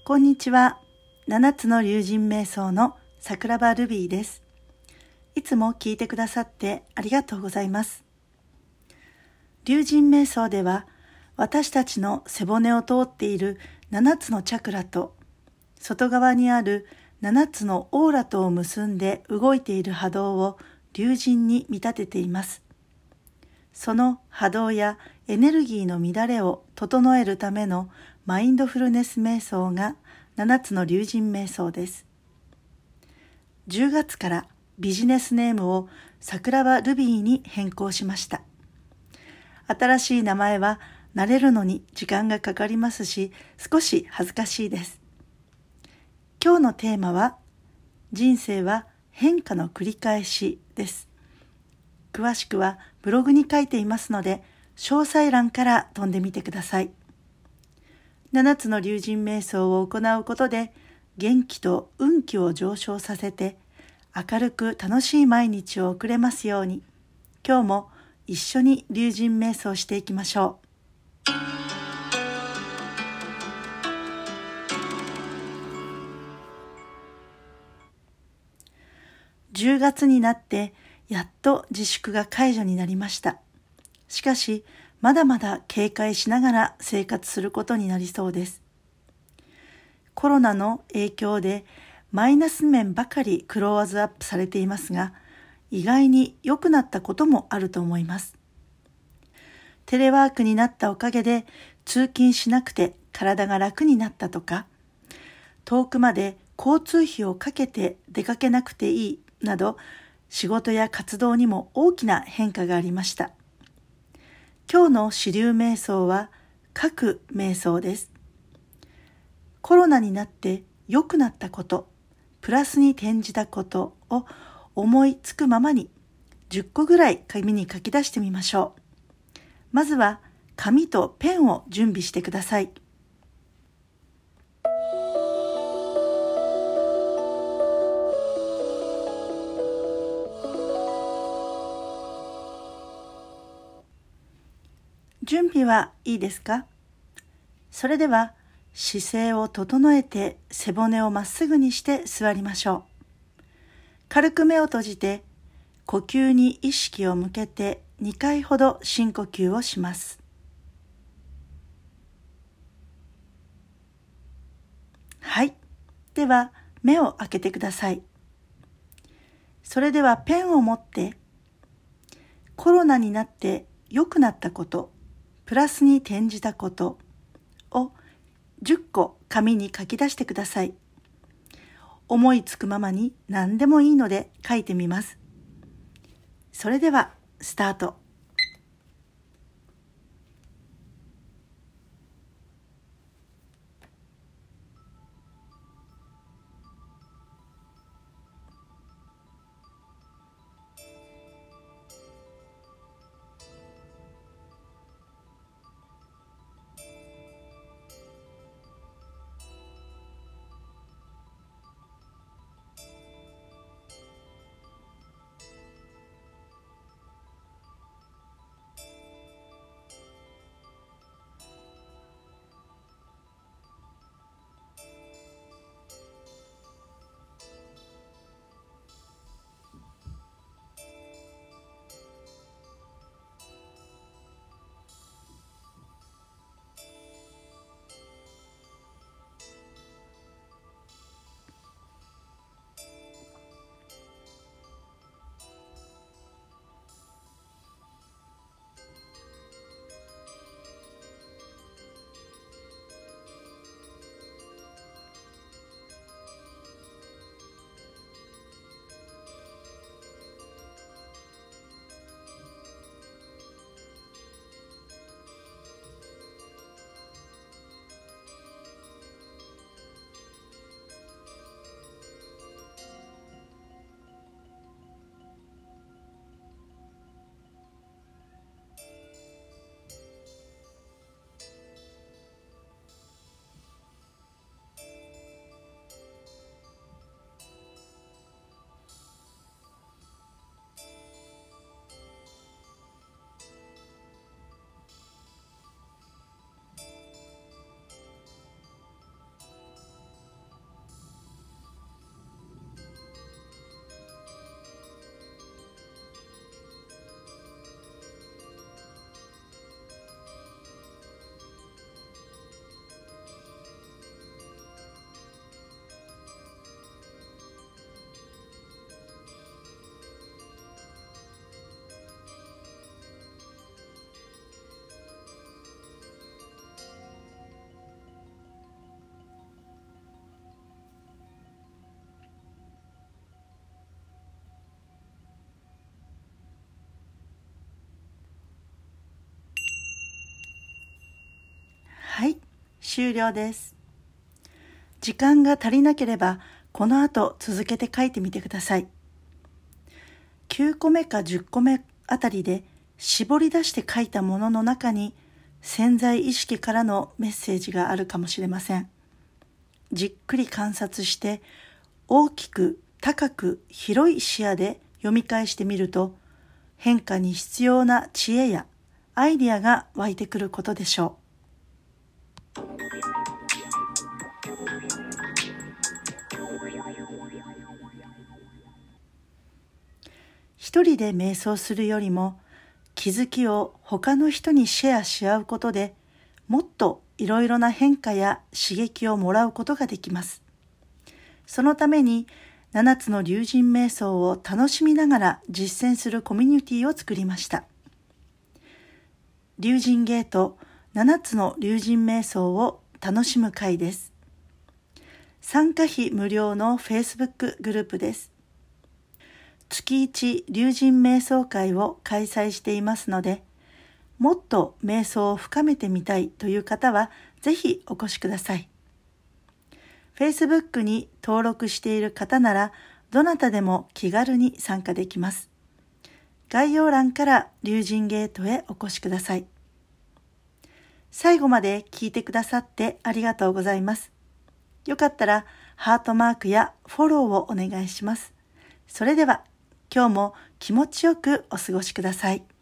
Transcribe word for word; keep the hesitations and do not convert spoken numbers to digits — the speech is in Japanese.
こんにちは。七つの龍神瞑想の桜庭ルビーです。いつも聞いてくださってありがとうございます。龍神瞑想では、私たちの背骨を通っている七つのチャクラと、外側にある七つのオーラとを結んで動いている波動を龍神に見立てています。その波動やエネルギーの乱れを整えるためのマインドフルネス瞑想が七つの龍神瞑想です。じゅうがつからビジネスネームを桜庭ルビーに変更しました。新しい名前は慣れるのに時間がかかりますし、少し恥ずかしいです。今日のテーマは、人生は変化の繰り返しです。詳しくはブログに書いていますので、詳細欄から飛んでみてください。七つの龍神瞑想を行うことで、元気と運気を上昇させて、明るく楽しい毎日を送れますように、今日も一緒に龍神瞑想していきましょう。じゅうがつになってやっと自粛が解除になりました。しかし、まだまだ警戒しながら生活することになりそうです。コロナの影響でマイナス面ばかりクローズアップされていますが、意外に良くなったこともあると思います。テレワークになったおかげで通勤しなくて体が楽になったとか、遠くまで交通費をかけて出かけなくていいなど、仕事や活動にも大きな変化がありました。今日の支流瞑想は書く瞑想です。コロナになって良くなったこと、プラスに転じたことを思いつくままにじゅっこぐらい紙に書き出してみましょう。まずは紙とペンを準備してください。準備はいいですか？それでは姿勢を整えて背骨をまっすぐにして座りましょう。軽く目を閉じて呼吸に意識を向けてにかいほど深呼吸をします。はい。では目を開けてください。それではペンを持ってコロナになって良くなったこと、プラスに転じたことをじゅっこ紙に書き出してください。思いつくままに何でもいいので書いてみます。それではスタート。 はい、終了です。時間が足りなければ、この後続けて書いてみてください。きゅうこめかじゅっこめあたりで絞り出して書いたものの中に潜在意識からのメッセージがあるかもしれません。じっくり観察して大きく高く広い視野で読み返してみると変化に必要な知恵やアイディアが湧いてくることでしょう。一人で瞑想するよりも気づきを他の人にシェアし合うことでもっといろいろな変化や刺激をもらうことができます。そのためにななつの龍神瞑想を楽しみながら実践するコミュニティを作りました。龍神ゲートななつの龍神瞑想を楽しむ会です。参加費無料の Facebook グループです。月一龍神瞑想会を開催していますので、もっと瞑想を深めてみたいという方はぜひお越しください。Facebook に登録している方ならどなたでも気軽に参加できます。概要欄から龍神ゲートへお越しください。最後まで聞いてくださってありがとうございます。よかったらハートマークやフォローをお願いします。それでは今日も気持ちよくお過ごしください。